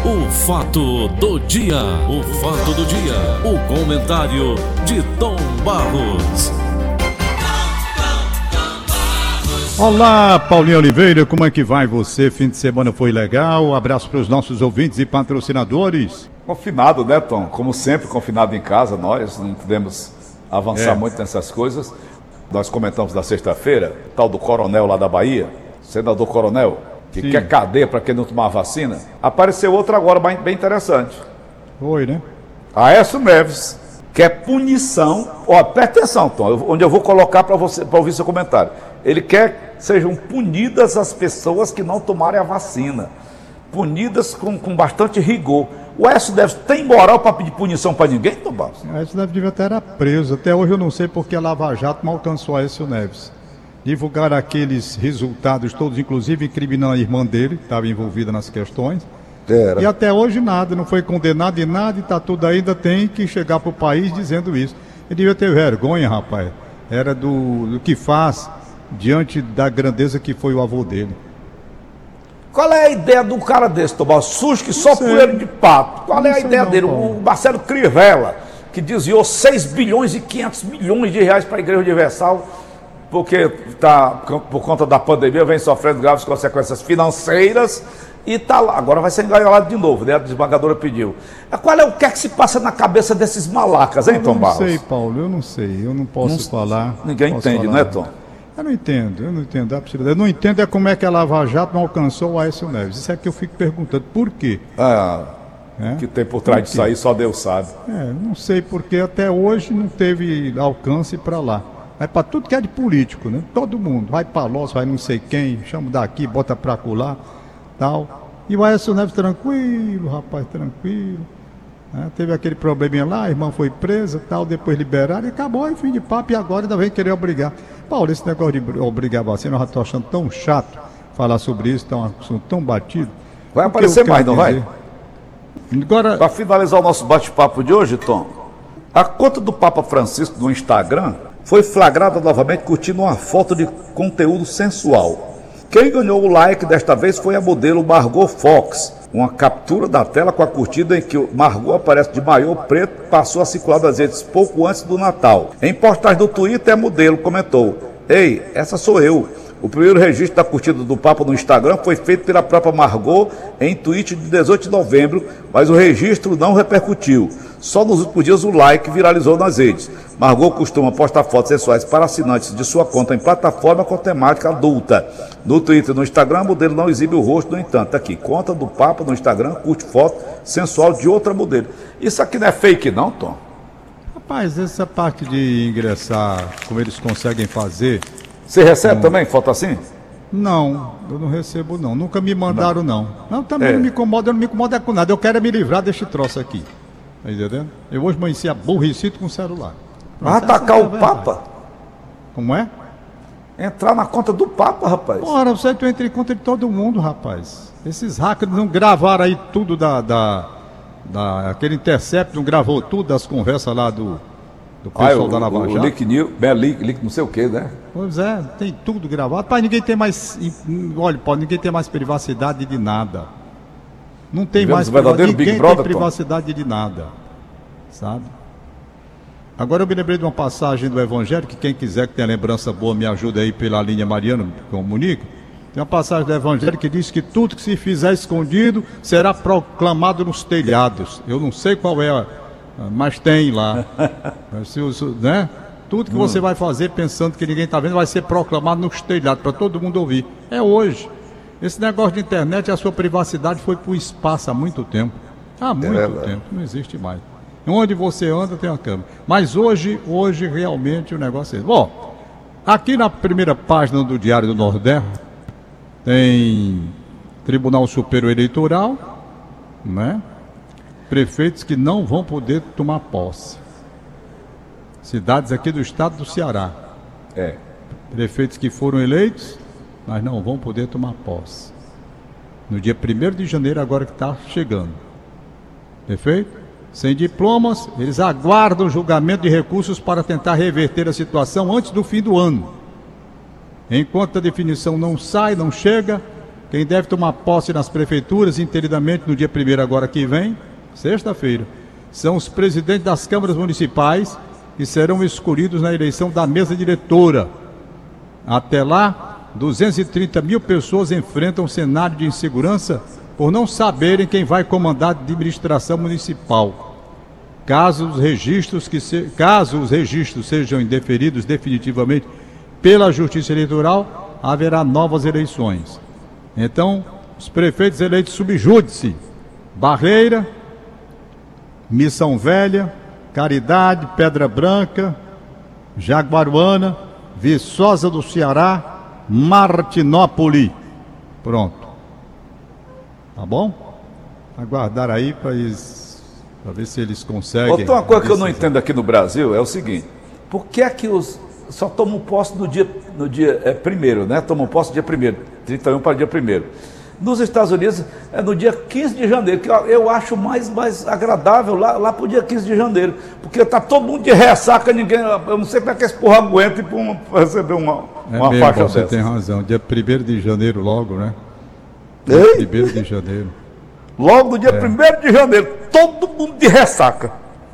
O fato do dia, o fato do dia, o comentário de Tom Barros. Olá, Paulinho Oliveira, como é que vai você? Fim de semana foi legal? Abraço para os nossos ouvintes e patrocinadores. Confinado, né, Tom? Como sempre, confinado em casa, nós não podemos avançar muito nessas coisas. Nós comentamos na sexta-feira, tal do coronel lá da Bahia, senador coronel, que quer cadeia para quem não tomar vacina. Apareceu outra agora bem interessante. Foi, né? Aécio Neves quer punição. Ó, presta atenção, Tom, onde eu vou colocar para você, para ouvir seu comentário. Ele quer que sejam punidas as pessoas que não tomarem a vacina. Punidas com bastante rigor. O Aécio Neves tem moral para pedir punição para ninguém, Tom Barros? O Aécio Neves devia estar preso. Até hoje eu não sei porque a Lava Jato não alcançou Aécio Neves. Divulgaram aqueles resultados todos, inclusive incriminando a irmã dele, que estava envolvida nas questões. E até hoje nada, não foi condenado em nada e está tudo ainda, tem que chegar para o país dizendo isso. Ele devia ter vergonha, rapaz. Era do que faz diante da grandeza que foi o avô dele. Qual é a ideia de um cara desse, Tom Barros? Sujo que só poeira de pato. Qual é a ideia dele? O Marcelo Crivella, que desviou 6 bilhões e 500 milhões de reais para a Igreja Universal, porque por conta da pandemia vem sofrendo graves consequências financeiras e está lá. Agora vai ser engaiolado de novo, né? A desembargadora pediu. O que é que se passa na cabeça desses malacas, hein, Tom Barros? Eu não sei, Paulo, eu não sei, eu não posso falar. Ninguém entende, não é, Tom? Eu não entendo a possibilidade. Eu não entendo como é que a Lava Jato não alcançou o Aécio Neves. Isso é que eu fico perguntando, por quê? Que tem por trás disso aí, só Deus sabe. Não sei, porque até hoje não teve alcance para lá. Vai para tudo que é de político, né? Todo mundo. Vai para Loss, vai não sei quem, chama daqui, bota para colar, tal. E o Aécio Neves tranquilo, rapaz, tranquilo. Teve aquele probleminha lá, a irmã foi presa, tal, depois liberaram e acabou, e fim de papo, e agora ainda vem querer obrigar. Paulo, esse negócio de obrigar a vacina, eu já estou achando tão chato falar sobre isso, tão batido. Vai aparecer mais, não vai? Agora, para finalizar o nosso bate-papo de hoje, Tom, a conta do Papa Francisco no Instagram foi flagrada novamente curtindo uma foto de conteúdo sensual. Quem ganhou o like desta vez foi a modelo Margot Fox. Uma captura da tela com a curtida em que o Margot aparece de maiô preto passou a circular nas redes pouco antes do Natal. Em postagem do Twitter, a modelo comentou: "Ei, essa sou eu." O primeiro registro da curtida do Papa no Instagram foi feito pela própria Margot em tweet de 18 de novembro, mas o registro não repercutiu. Só nos últimos dias o like viralizou nas redes. Margot costuma postar fotos sensuais para assinantes de sua conta em plataforma com temática adulta. No Twitter e no Instagram, a modelo não exibe o rosto, no entanto. Aqui, conta do Papa no Instagram curte foto sensual de outra modelo. Isso aqui não é fake não, Tom? Rapaz, essa parte de ingressar, como eles conseguem fazer... Você recebe também foto assim? Não, eu não recebo não. Nunca me mandaram não. Não, também não me incomoda, eu não me incomodo com nada. Eu quero me livrar deste troço aqui. Tá entendendo? Eu hoje amanheci aborrecido com o celular. Vai atacar o Papa? Como é? Entrar na conta do Papa, rapaz. Ora, você entra em conta de todo mundo, rapaz. Esses hackers não gravaram aí tudo aquele Intercept, não gravou tudo das conversas lá do pessoal da Lava Jato. O Leak não sei o que, né? Pois é, tem tudo gravado. Pai, ninguém tem mais. Olha, Paulo, ninguém tem mais privacidade de nada. Não tem mais verdadeiro Big Brother, tem privacidade de nada. Sabe? Agora eu me lembrei de uma passagem do Evangelho, que quem quiser que tenha lembrança boa me ajuda aí pela linha Mariana, comunica. Tem uma passagem do Evangelho que diz que tudo que se fizer escondido será proclamado nos telhados. Eu não sei qual é, mas tem lá. Né? Tudo que você vai fazer pensando que ninguém está vendo vai ser proclamado nos telhados, para todo mundo ouvir. É hoje. Esse negócio de internet, a sua privacidade foi para o espaço há muito tempo. Há muito tempo, não existe mais. Onde você anda tem uma câmera. Mas hoje realmente o negócio é esse. Bom, aqui na primeira página do Diário do Nordeste, tem Tribunal Superior Eleitoral, né? Prefeitos que não vão poder tomar posse. Cidades aqui do estado do Ceará. Prefeitos que foram eleitos, mas não vão poder tomar posse. No dia 1º de janeiro, agora que está chegando. Perfeito? Sem diplomas, eles aguardam o julgamento de recursos para tentar reverter a situação antes do fim do ano. Enquanto a definição não sai, não chega, Quem deve tomar posse nas prefeituras, inteiramente no dia 1º agora que vem, sexta-feira, são os presidentes das câmaras municipais que serão escolhidos na eleição da mesa diretora. Até lá, 230 mil pessoas enfrentam um cenário de insegurança por não saberem quem vai comandar a administração municipal. Caso os registros sejam indeferidos definitivamente pela Justiça Eleitoral, haverá novas eleições. Então, os prefeitos eleitos sub júdice: Barreira, Missão Velha, Caridade, Pedra Branca, Jaguaruana, Viçosa do Ceará, Martinópole. Pronto. Tá bom? Aguardar aí para ver se eles conseguem. Outra uma coisa que eu não entendo aqui no Brasil é o seguinte: por que é que os só tomam posse no dia 1º, né? Tomam posse no dia 1º, 31 para o dia 1º. Nos Estados Unidos é no dia 15 de janeiro, que eu acho mais agradável lá para o dia 15 de janeiro, porque está todo mundo de ressaca, eu não sei como é que esse porra aguenta para receber uma faixa você dessa. Tem razão, dia 1º de janeiro logo, né? Dia 1º de janeiro. Logo no dia 1º de janeiro, todo mundo de ressaca.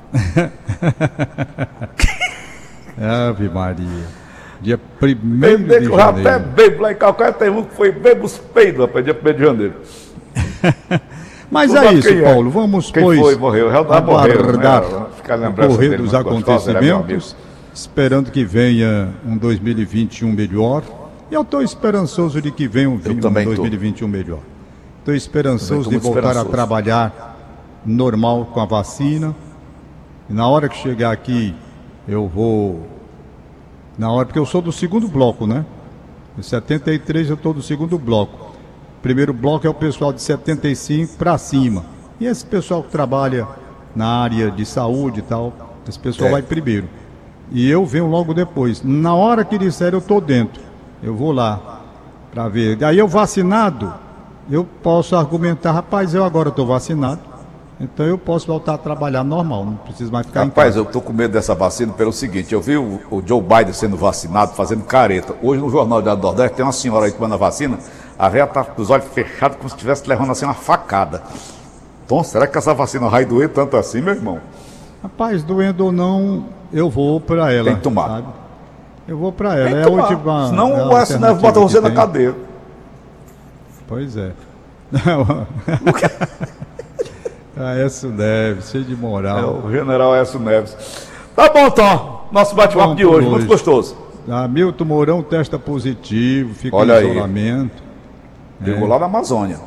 Ave Maria. Dia 1º de janeiro. Até bebo lá em Calcaia, tem um que foi bebo os peidos, rapaz, dia 1º de janeiro. Mas é isso, Paulo, vamos, quem pois, foi, morreu, aguardar o correr dos acontecimentos, esperando que venha um 2021 melhor. E eu estou esperançoso de que venha um 2021 melhor. Estou esperançoso de voltar a trabalhar normal com a vacina. E na hora que chegar aqui, eu vou... porque eu sou do segundo bloco, né? Em 73 eu estou do segundo bloco. O primeiro bloco é o pessoal de 75 para cima. E esse pessoal que trabalha na área de saúde e tal, esse pessoal vai primeiro. E eu venho logo depois. Na hora que disser eu estou dentro, eu vou lá para ver. Aí eu vacinado, eu posso argumentar, rapaz, eu agora estou vacinado, então eu posso voltar a trabalhar normal, não preciso mais ficar em casa. Rapaz, eu estou com medo dessa vacina pelo seguinte: eu vi o Joe Biden sendo vacinado, fazendo careta. Hoje no Jornal do Nordeste tem uma senhora aí tomando a vacina, a velha está com os olhos fechados como se estivesse levando assim uma facada. Então, será que essa vacina vai doer tanto assim, meu irmão? Rapaz, doendo ou não, eu vou para ela. Tem que tomar. Sabe? Eu vou para ela. É a última. Senão o SNF bota você na cadeia. Pois é. Aécio Neves, cheio de moral. É o general Aécio Neves. Tá bom, Tom. Nosso bate-papo de hoje, muito gostoso. Milton Mourão testa positivo, fica Olha em isolamento. Chegou lá na Amazônia.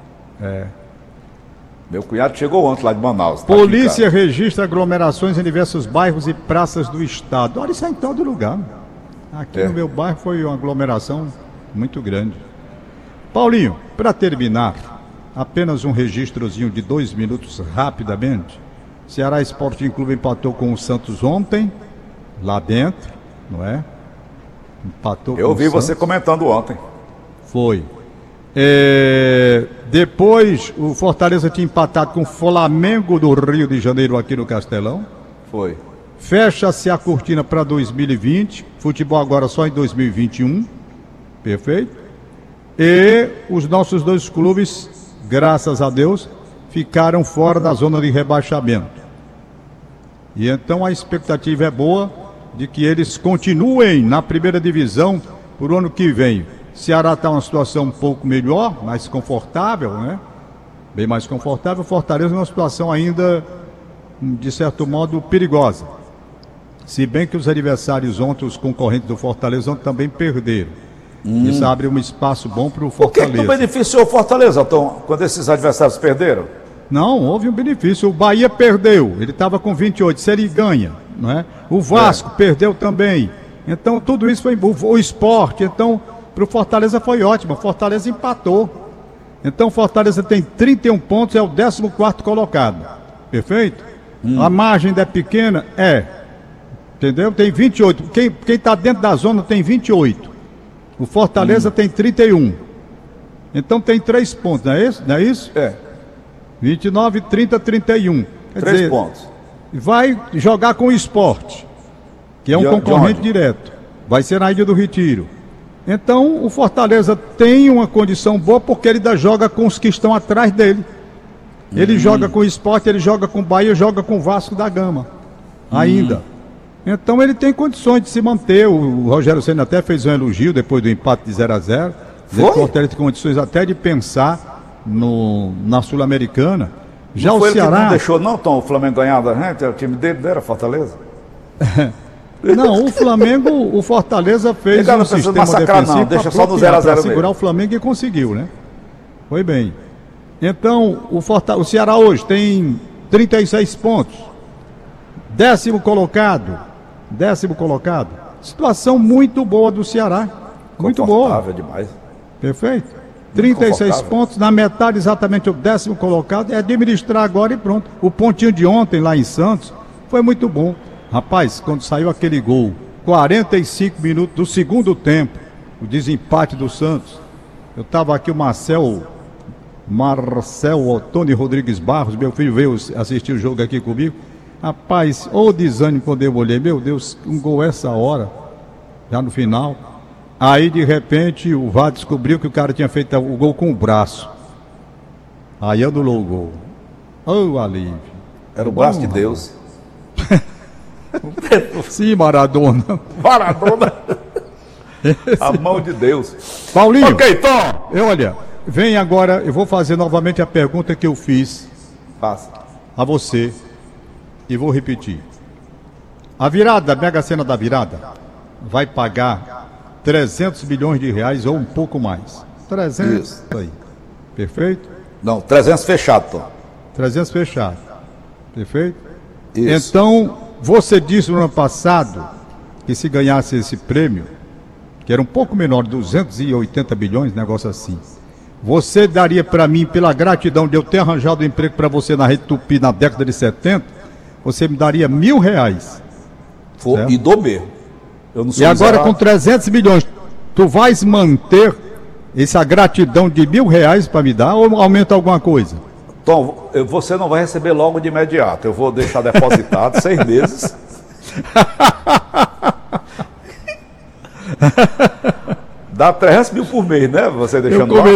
Meu cunhado chegou ontem lá de Manaus. Polícia registra aglomerações em diversos bairros e praças do estado. Olha, isso é em todo lugar. Aqui no meu bairro foi uma aglomeração muito grande. Paulinho, para terminar, apenas um registrozinho de 2 minutos rapidamente. Ceará Sporting Clube empatou com o Santos ontem, lá dentro, não é? Empatou com o Santos. Eu vi você comentando ontem. Foi. Depois o Fortaleza tinha empatado com o Flamengo do Rio de Janeiro aqui no Castelão. Foi. Fecha-se a cortina para 2020. Futebol agora só em 2021. Perfeito. E os nossos dois clubes, graças a Deus, ficaram fora da zona de rebaixamento. E então a expectativa é boa de que eles continuem na primeira divisão por ano que vem. Ceará está numa situação um pouco melhor, mais confortável, né? Bem mais confortável. Fortaleza numa situação ainda, de certo modo, perigosa. Se bem que os adversários ontem, os concorrentes do Fortaleza, ontem também perderam. Isso abre um espaço bom para o Fortaleza. Por que tu beneficiou o Fortaleza, Tom, quando esses adversários perderam? Não, houve um benefício. O Bahia perdeu, ele estava com 28, se ele ganha, não é? O Vasco perdeu também. Então tudo isso foi o Sport. Então para o Fortaleza foi ótimo. O Fortaleza empatou. Então o Fortaleza tem 31 pontos, é o 14º colocado. Perfeito? A margem é pequena? Entendeu? Tem 28. Quem está dentro da zona tem 28. O Fortaleza tem 31. Então tem 3 pontos, não é isso? Não é isso? 29, 30, 31. Quer 3 dizer, pontos. Vai jogar com o Sport, que é um concorrente direto. Vai ser na Ilha do Retiro. Então o Fortaleza tem uma condição boa porque ele ainda joga com os que estão atrás dele. Ele joga com o Sport, ele joga com o Bahia, joga com o Vasco da Gama. Ainda. Então ele tem condições de se manter. O Rogério Ceni até fez um elogio depois do empate de 0-0. O Fortaleza tem condições até de pensar na Sul-Americana. Já não o foi Ceará. Ele que não deixou, não, Tom, o Flamengo ganhar da gente? O time dele era Fortaleza? Não, o Flamengo, o Fortaleza fez um sistema defensivo para segurar o Flamengo e conseguiu, né? Foi bem. Então, o Ceará hoje tem 36 pontos. Décimo colocado. Situação muito boa do Ceará. Muito boa. Demais. Perfeito. 36 pontos, na metade exatamente o 10º colocado. É administrar agora e pronto. O pontinho de ontem lá em Santos foi muito bom. Rapaz, quando saiu aquele gol, 45 minutos do segundo tempo, o desempate do Santos. Eu estava aqui, o Marcel Tony Rodrigues Barros, meu filho veio assistir o jogo aqui comigo. Rapaz, o desânimo quando eu olhei, meu Deus, um gol essa hora, já no final. Aí de repente o VAR descobriu que o cara tinha feito o gol com o braço. Aí anulou o gol. Oh, alívio. Era o braço de Deus. Sim, Maradona. A mão de Deus. Paulinho. Ok, Tom. Olha, vem agora, eu vou fazer novamente a pergunta que eu fiz a você. E vou repetir. A virada, a Mega Sena da virada, vai pagar 300 milhões de reais ou um pouco mais. 300, isso aí. Perfeito? Não, 300 fechado, Tom. 300 fechado. Perfeito? Isso. Então, você disse no ano passado que se ganhasse esse prêmio, que era um pouco menor, 280 bilhões, negócio assim, você daria para mim, pela gratidão de eu ter arranjado um emprego para você na Rede Tupi na década de 70, você me daria R$1.000. E dou mesmo. Eu não sou e agora com 300 milhões, tu vais manter essa gratidão de R$1.000 para me dar ou aumenta alguma coisa? Tom, você não vai receber logo de imediato. Eu vou deixar depositado 6 meses. Dá 300 mil por mês, né? Você deixando lá.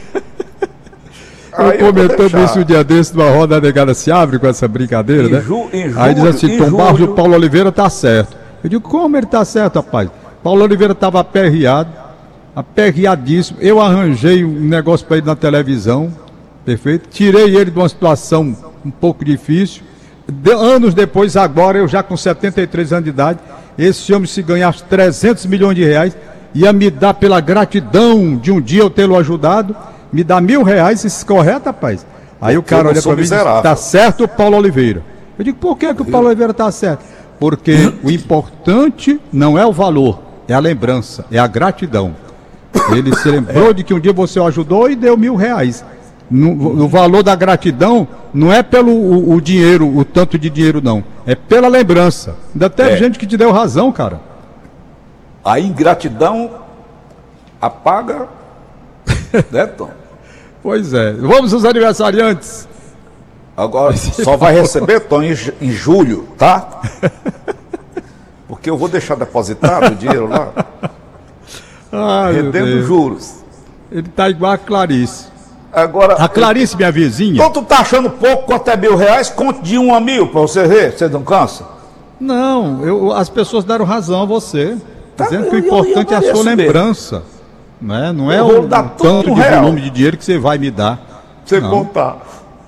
Eu comentando isso um dia desse, numa roda, a negada se abre com essa brincadeira, né? Aí diz assim, Tom Barros, o Paulo Oliveira tá certo. Eu digo, como ele tá certo, rapaz? Paulo Oliveira estava aperreadíssimo. Eu arranjei um negócio para ele na televisão, perfeito? Tirei ele de uma situação um pouco difícil. Anos depois, agora, eu já com 73 anos de idade, esse homem, se ganhasse 300 milhões de reais, ia me dar pela gratidão de um dia eu tê-lo ajudado, me dá R$1.000, isso é correto, rapaz? Aí o cara olha para mim e diz, tá certo o Paulo Oliveira. Eu digo, por que o Paulo Oliveira tá certo? Porque o importante não é o valor, é a lembrança, é a gratidão. Ele se lembrou de que um dia você o ajudou e deu R$1.000. O valor da gratidão não é pelo o dinheiro, o tanto de dinheiro não, é pela lembrança. Ainda teve gente que te deu razão, cara. A ingratidão apaga, né, Tom? Pois é. Vamos aos aniversariantes. Agora só vai receber, Tom, em julho, tá? Porque eu vou deixar depositado o dinheiro lá. Rendendo juros. Ele tá igual a Clarice. Agora, a Clarice, minha vizinha. Então tu tá achando pouco quanto é R$1.000? Conte de 1 a 1.000 pra você ver, você não cansa? Não, as pessoas deram razão a você. Dizendo que o importante é a sua lembrança. Né? Não é o tanto de volume de dinheiro que você vai me dar. Você contar.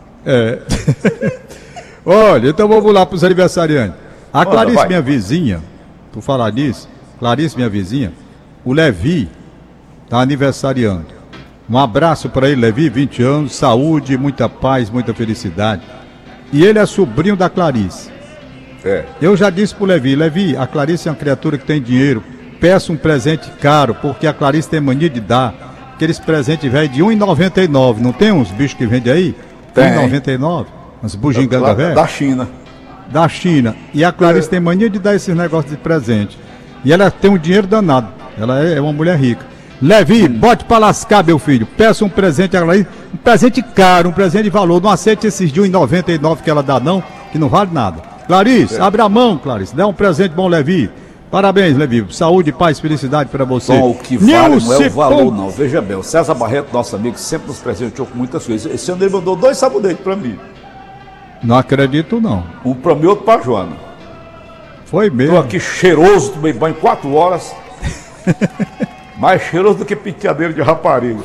Olha, então vamos lá para os aniversariantes. A Clarice, minha vizinha, por falar nisso, Clarice, minha vizinha, o Levi está aniversariando. Um abraço para ele, Levi, 20 anos, saúde, muita paz, muita felicidade. E ele é sobrinho da Clarice. Eu já disse pro Levi, a Clarice é uma criatura que tem dinheiro, peça um presente caro, porque a Clarice tem mania de dar aqueles presentes velhos de R$1,99, não tem uns bichos que vendem aí? Tem. R$1,99, umas bugigangas velhas. Da China. E a Clarice tem mania de dar esses negócios de presente. E ela tem um dinheiro danado, ela é uma mulher rica. Levi, bote pra lascar, meu filho, peça um presente a Clarice, um presente caro, um presente de valor, não aceite esses de R$1,99 que ela dá não, que não vale nada. Clarice, abre a mão, Clarice, dá um presente bom, Levi. Parabéns, Levi. Saúde, paz, felicidade para você. Tom, o que vale não é o valor, não. Veja bem, o César Barreto, nosso amigo, sempre nos presenteou com muitas coisas. Esse ano ele mandou 2 sabonetes para mim. Não acredito, não. Um para mim e outro para Joana. Foi mesmo. Estou aqui cheiroso, tomei banho 4 horas. Mais cheiroso do que penteadeiro de rapariga.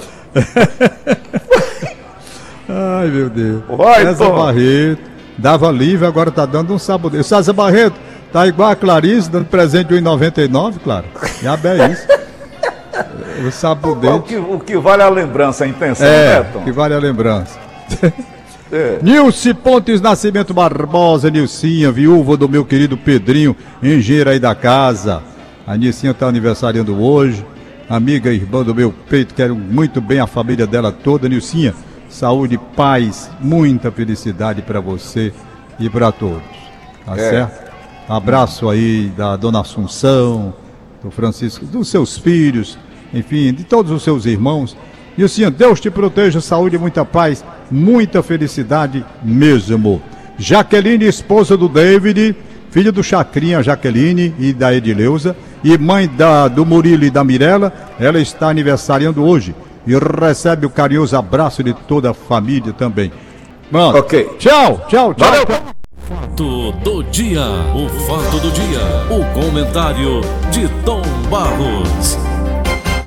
Ai, meu Deus. Vai, César Tom. Barreto, dava livre, agora tá dando um sabonete. César Barreto, tá igual a Clarice, dando presente de 1,99, claro. Já é isso. O sabonete. O que vale é a lembrança, a intenção, né, Tom? Que vale a lembrança. É. Nilce Pontes Nascimento Barbosa, Nilcinha, viúva do meu querido Pedrinho, engenheiro aí da casa. A Nilcinha está aniversariando hoje, amiga e irmã do meu peito, quero muito bem a família dela toda. Nilcinha, saúde, paz, muita felicidade para você e para todos, tá certo? Abraço aí da dona Assunção, do Francisco, dos seus filhos, enfim, de todos os seus irmãos. Nilcinha, Deus te proteja, saúde, muita paz, muita felicidade mesmo. Jaqueline, esposa do David, filha do Chacrinha, Jaqueline e da Edileuza, e mãe do Murilo e da Mirella, ela está aniversariando hoje e recebe o carinhoso abraço de toda a família também. Mano, ok. Tchau. Valeu. Fato do dia. O fato do dia. O comentário de Tom Barros.